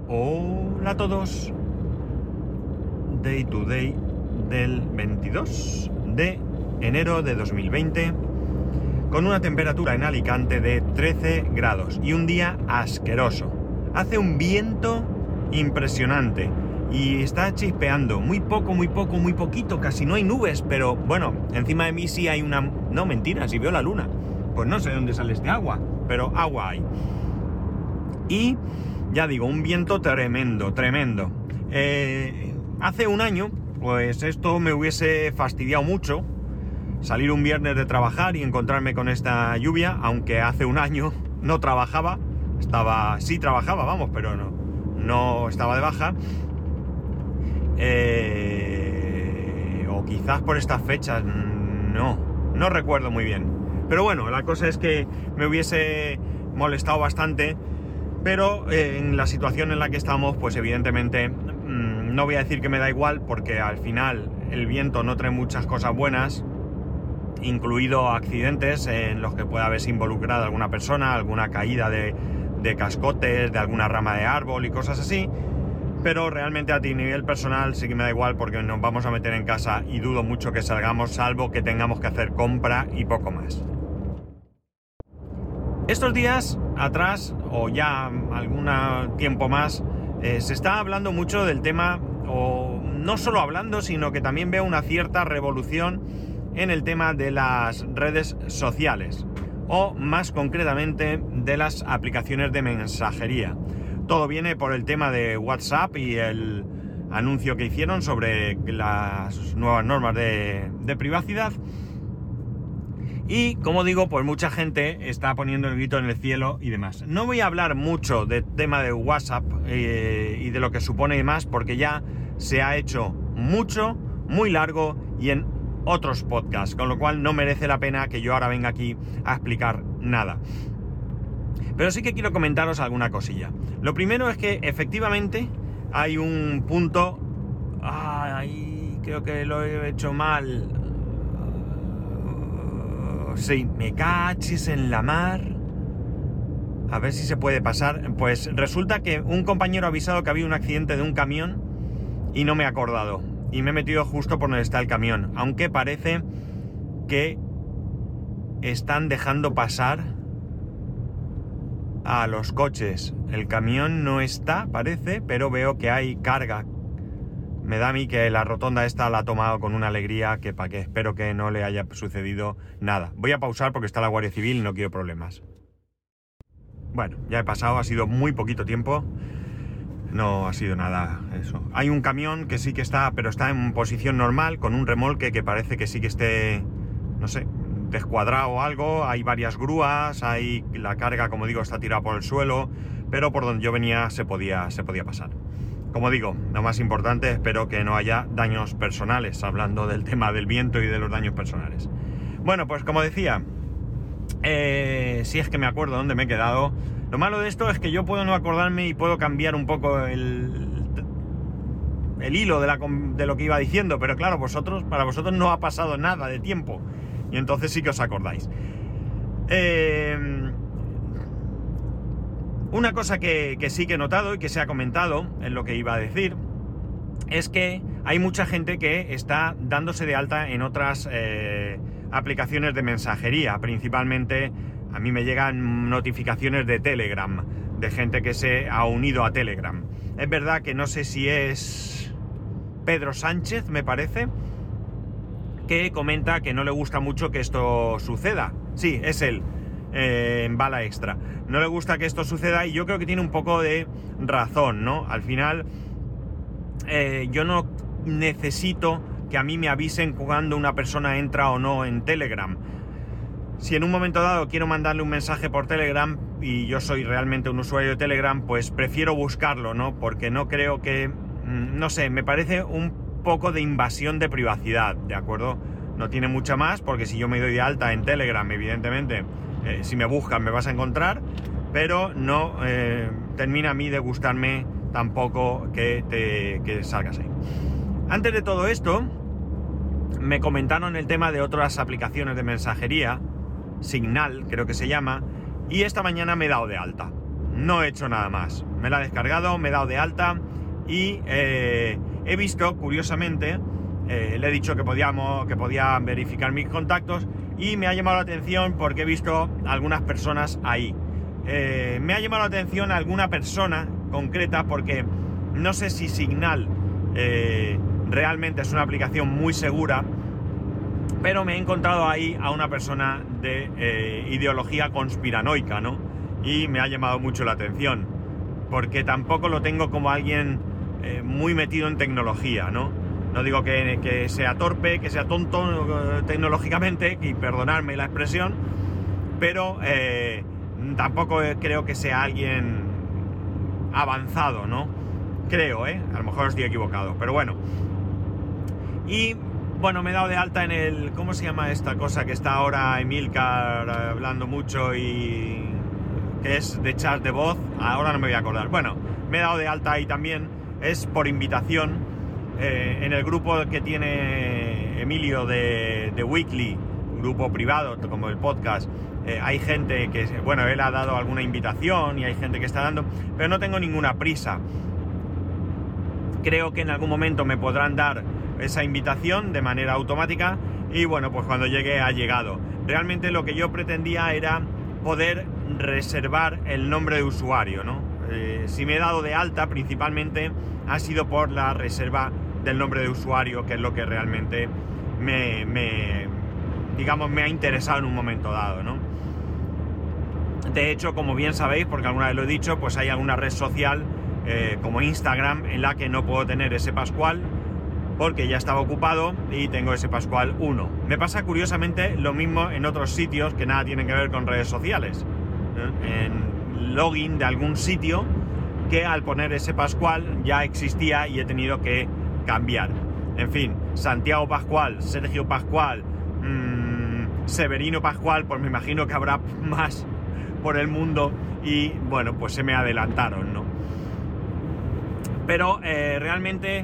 Hola a todos. Day to day del 22 de enero de 2020, con una temperatura en Alicante de 13 grados y un día asqueroso. Hace un viento impresionante y está chispeando, muy poquito, casi no hay nubes, pero bueno, encima de mí sí hay una... No, mentira, si veo la luna. Pues no sé dónde sale este agua, pero agua hay. Y ya digo, un viento tremendo. Hace un año, pues esto me hubiese fastidiado mucho, salir un viernes de trabajar y encontrarme con esta lluvia, aunque hace un año no trabajaba, sí trabajaba, vamos, pero no estaba de baja, o quizás por estas fechas, no recuerdo muy bien, pero bueno, la cosa es que me hubiese molestado bastante, pero en la situación en la que estamos, pues evidentemente no voy a decir que me da igual, porque al final el viento no trae muchas cosas buenas, incluido accidentes en los que pueda haberse involucrado alguna persona, alguna caída de cascotes, de alguna rama de árbol y cosas así, pero realmente a nivel personal sí que me da igual, porque nos vamos a meter en casa y dudo mucho que salgamos, salvo que tengamos que hacer compra y poco más. Estos días atrás, o ya algún tiempo más, se está hablando mucho del tema, o no solo hablando, sino que también veo una cierta revolución en el tema de las redes sociales, o más concretamente de las aplicaciones de mensajería. Todo viene por el tema de WhatsApp y el anuncio que hicieron sobre las nuevas normas de privacidad. Y como digo, pues mucha gente está poniendo el grito en el cielo y demás. No voy a hablar mucho del tema de WhatsApp y de lo que supone y demás, porque ya se ha hecho mucho, muy largo y en otros podcasts, con lo cual no merece la pena que yo ahora venga aquí a explicar nada. Pero sí que quiero comentaros alguna cosilla. Lo primero es que efectivamente hay un punto... creo que lo he hecho mal. Sí, me cachis en la mar. A ver si se puede pasar. Pues resulta que un compañero ha avisado que había un accidente de un camión y no me he acordado. Y me he metido justo por donde está el camión. Aunque parece que están dejando pasar a los coches. El camión no está, parece, pero veo que hay carga. Me da a mí que la rotonda esta la ha tomado con una alegría que para qué, espero que no le haya sucedido nada. Voy a pausar porque está la Guardia Civil y no quiero problemas. Bueno, ya he pasado, ha sido muy poquito tiempo. No ha sido nada eso. Hay un camión que sí que está, pero está en posición normal, con un remolque que parece que sí que esté, no sé, descuadrado o algo. Hay varias grúas, hay la carga, como digo, está tirada por el suelo, pero por donde yo venía se podía pasar. Como digo, lo más importante, espero que no haya daños personales, hablando del tema del viento y de los daños personales. Bueno, pues como decía, si es que me acuerdo dónde me he quedado. Lo malo de esto es que yo puedo no acordarme y puedo cambiar un poco el hilo de lo que iba diciendo, pero claro, para vosotros no ha pasado nada de tiempo y entonces sí que os acordáis. Una cosa que sí que he notado y que se ha comentado en lo que iba a decir es que hay mucha gente que está dándose de alta en otras aplicaciones de mensajería. Principalmente a mí me llegan notificaciones de Telegram, de gente que se ha unido a Telegram. Es verdad que no sé si es Pedro Sánchez, me parece, que comenta que no le gusta mucho que esto suceda. Sí, es él. En bala extra. No le gusta que esto suceda y yo creo que tiene un poco de razón, ¿no? Al final, yo no necesito que a mí me avisen cuando una persona entra o no en Telegram. Si en un momento dado quiero mandarle un mensaje por Telegram y yo soy realmente un usuario de Telegram, pues prefiero buscarlo, ¿no? Porque no creo que... no sé, me parece un poco de invasión de privacidad, ¿de acuerdo? No tiene mucha más, porque si yo me doy de alta en Telegram, evidentemente... si me buscan me vas a encontrar, pero no termina a mí de gustarme tampoco que salgas ahí. Antes de todo esto, me comentaron el tema de otras aplicaciones de mensajería, Signal creo que se llama, y esta mañana me he dado de alta. No he hecho nada más. Me la he descargado, me he dado de alta y he visto, curiosamente, le he dicho que podía verificar mis contactos y me ha llamado la atención porque he visto algunas personas ahí. Me ha llamado la atención alguna persona concreta porque no sé si Signal realmente es una aplicación muy segura, pero me he encontrado ahí a una persona de ideología conspiranoica, ¿no? Y me ha llamado mucho la atención, porque tampoco lo tengo como alguien muy metido en tecnología, ¿no? No digo que sea torpe, que sea tonto tecnológicamente, y perdonadme la expresión, pero tampoco creo que sea alguien avanzado, ¿no? Creo, a lo mejor estoy equivocado, pero bueno. Y bueno, me he dado de alta en el... ¿Cómo se llama esta cosa que está ahora Emilcar hablando mucho y... que es de chat de voz? Ahora no me voy a acordar. Bueno, me he dado de alta ahí también. Es por invitación. En el grupo que tiene Emilio de Weekly, grupo privado como el podcast, hay gente que... Bueno, él ha dado alguna invitación y hay gente que está dando, pero no tengo ninguna prisa. Creo que en algún momento me podrán dar esa invitación de manera automática y bueno, pues cuando llegue ha llegado. Realmente lo que yo pretendía era poder reservar el nombre de usuario, ¿no? Si me he dado de alta principalmente ha sido por la reserva del nombre de usuario, que es lo que realmente me ha interesado en un momento dado, ¿no? De hecho, como bien sabéis, porque alguna vez lo he dicho, pues hay alguna red social como Instagram en la que no puedo tener ese Pascual porque ya estaba ocupado y tengo ese Pascual 1. Me pasa curiosamente lo mismo en otros sitios que nada tienen que ver con redes sociales. En login de algún sitio que al poner ese Pascual ya existía y he tenido que cambiar. En fin, Santiago Pascual, Sergio Pascual, Severino Pascual, pues me imagino que habrá más por el mundo y bueno, pues se me adelantaron, ¿no? Pero realmente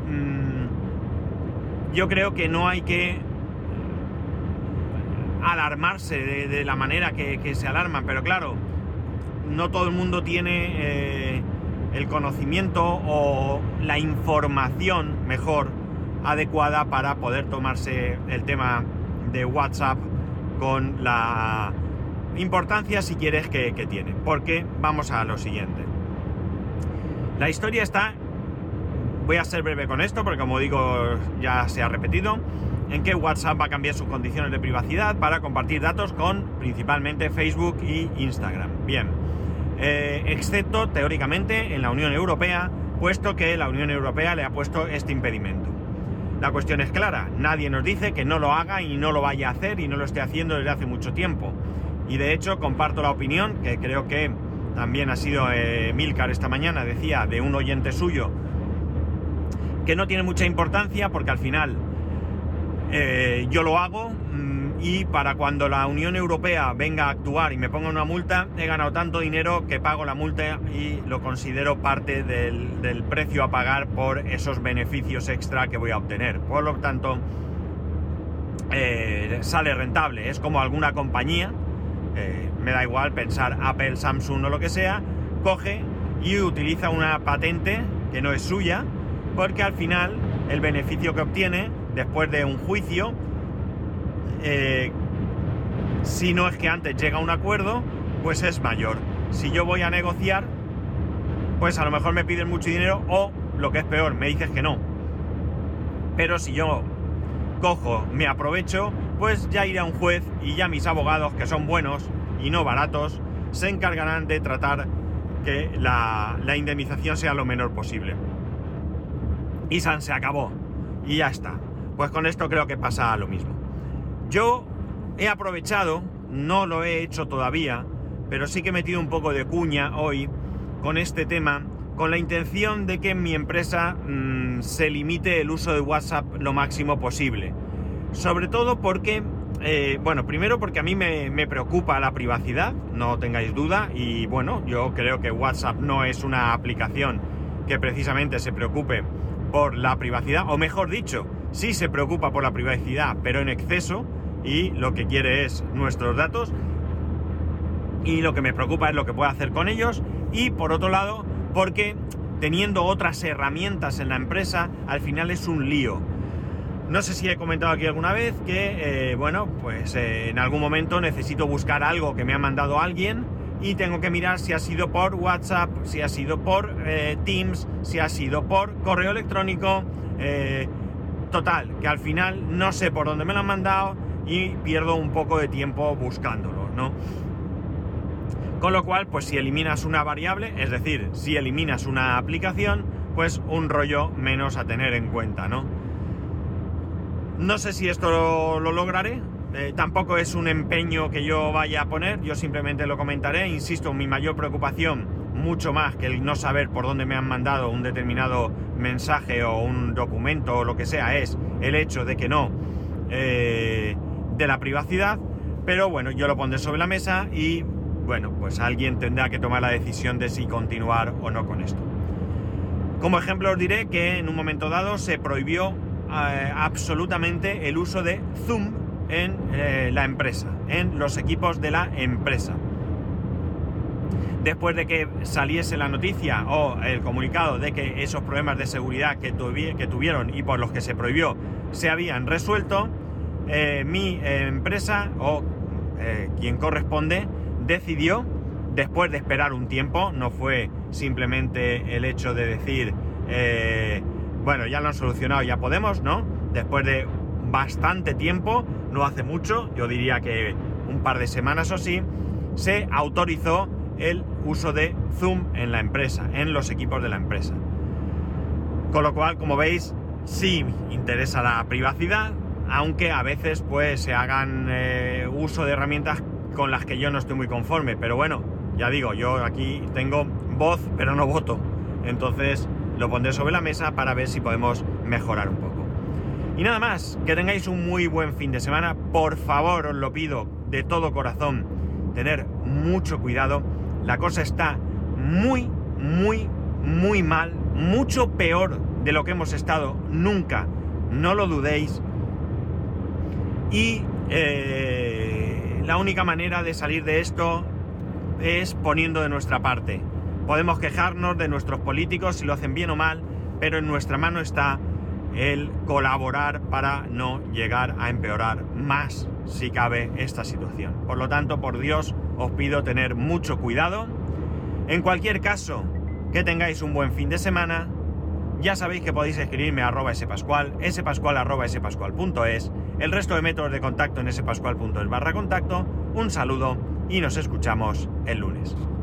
yo creo que no hay que alarmarse de la manera que se alarman, pero claro, no todo el mundo tiene el conocimiento o la información mejor adecuada para poder tomarse el tema de WhatsApp con la importancia, si quieres, que tiene. Porque vamos a lo siguiente. La historia está, voy a ser breve con esto porque como digo ya se ha repetido, en que WhatsApp va a cambiar sus condiciones de privacidad para compartir datos con principalmente Facebook y Instagram. Bien, excepto teóricamente en la Unión Europea, puesto que la Unión Europea le ha puesto este impedimento. La cuestión es clara, nadie nos dice que no lo haga y no lo vaya a hacer y no lo esté haciendo desde hace mucho tiempo. Y de hecho comparto la opinión, que creo que también ha sido Milcar esta mañana, decía, de un oyente suyo, que no tiene mucha importancia porque al final yo lo hago y para cuando la Unión Europea venga a actuar y me ponga una multa, he ganado tanto dinero que pago la multa y lo considero parte del precio a pagar por esos beneficios extra que voy a obtener. Por lo tanto, sale rentable. Es como alguna compañía, me da igual pensar Apple, Samsung o lo que sea, coge y utiliza una patente que no es suya, porque al final el beneficio que obtiene después de un juicio, si no es que antes llega a un acuerdo, pues es mayor. Si yo voy a negociar, pues a lo mejor me piden mucho dinero o, lo que es peor, me dices que no. Pero si yo cojo, me aprovecho, pues ya iré a un juez y ya mis abogados, que son buenos y no baratos, se encargarán de tratar que la indemnización sea lo menor posible. Y se acabó. Y ya está. Pues con esto creo que pasa lo mismo. Yo he aprovechado, no lo he hecho todavía, pero sí que he metido un poco de cuña hoy con este tema, con la intención de que en mi empresa se limite el uso de WhatsApp lo máximo posible. Sobre todo porque, primero porque a mí me preocupa la privacidad, no tengáis duda, y bueno, yo creo que WhatsApp no es una aplicación que precisamente se preocupe por la privacidad, o mejor dicho, sí se preocupa por la privacidad, pero en exceso, y lo que quiere es nuestros datos, y lo que me preocupa es lo que puede hacer con ellos, y por otro lado, porque teniendo otras herramientas en la empresa, al final es un lío. No sé si he comentado aquí alguna vez que, en algún momento necesito buscar algo que me ha mandado alguien y tengo que mirar si ha sido por WhatsApp, si ha sido por Teams, si ha sido por correo electrónico. Total, que al final no sé por dónde me lo han mandado y pierdo un poco de tiempo buscándolo, ¿no? Con lo cual, pues si eliminas una variable, es decir, si eliminas una aplicación, pues un rollo menos a tener en cuenta, ¿no? No sé si esto lo lograré, tampoco es un empeño que yo vaya a poner, yo simplemente lo comentaré. Insisto, mi mayor preocupación, mucho más que el no saber por dónde me han mandado un determinado mensaje o un documento o lo que sea, es el hecho de que no, de la privacidad. Pero bueno, yo lo pondré sobre la mesa y bueno, pues alguien tendrá que tomar la decisión de si continuar o no con esto. Como ejemplo os diré que en un momento dado se prohibió absolutamente el uso de Zoom en la empresa, en los equipos de la empresa. Después de que saliese la noticia o el comunicado de que esos problemas de seguridad que tuvieron y por los que se prohibió se habían resuelto, mi empresa o quien corresponde decidió, después de esperar un tiempo, no fue simplemente el hecho de decir ya lo han solucionado, ya podemos, ¿no? Después de bastante tiempo, no hace mucho, yo diría que un par de semanas o sí, se autorizó el uso de Zoom en la empresa, en los equipos de la empresa. Con lo cual, como veis, sí interesa la privacidad, aunque a veces pues se hagan uso de herramientas con las que yo no estoy muy conforme, pero bueno, ya digo, yo aquí tengo voz pero no voto, entonces lo pondré sobre la mesa para ver si podemos mejorar un poco. Y nada más, que tengáis un muy buen fin de semana. Por favor, os lo pido de todo corazón, tener mucho cuidado. La cosa está muy, muy, muy mal, mucho peor de lo que hemos estado nunca, no lo dudéis. Y la única manera de salir de esto es poniendo de nuestra parte. Podemos quejarnos de nuestros políticos si lo hacen bien o mal, pero en nuestra mano está el colaborar para no llegar a empeorar más, si cabe, esta situación. Por lo tanto, por Dios, os pido tener mucho cuidado. En cualquier caso, que tengáis un buen fin de semana. Ya sabéis que podéis escribirme a @spascual, spascual@spascual.es, el resto de métodos de contacto en spascual.es/contacto. Un saludo y nos escuchamos el lunes.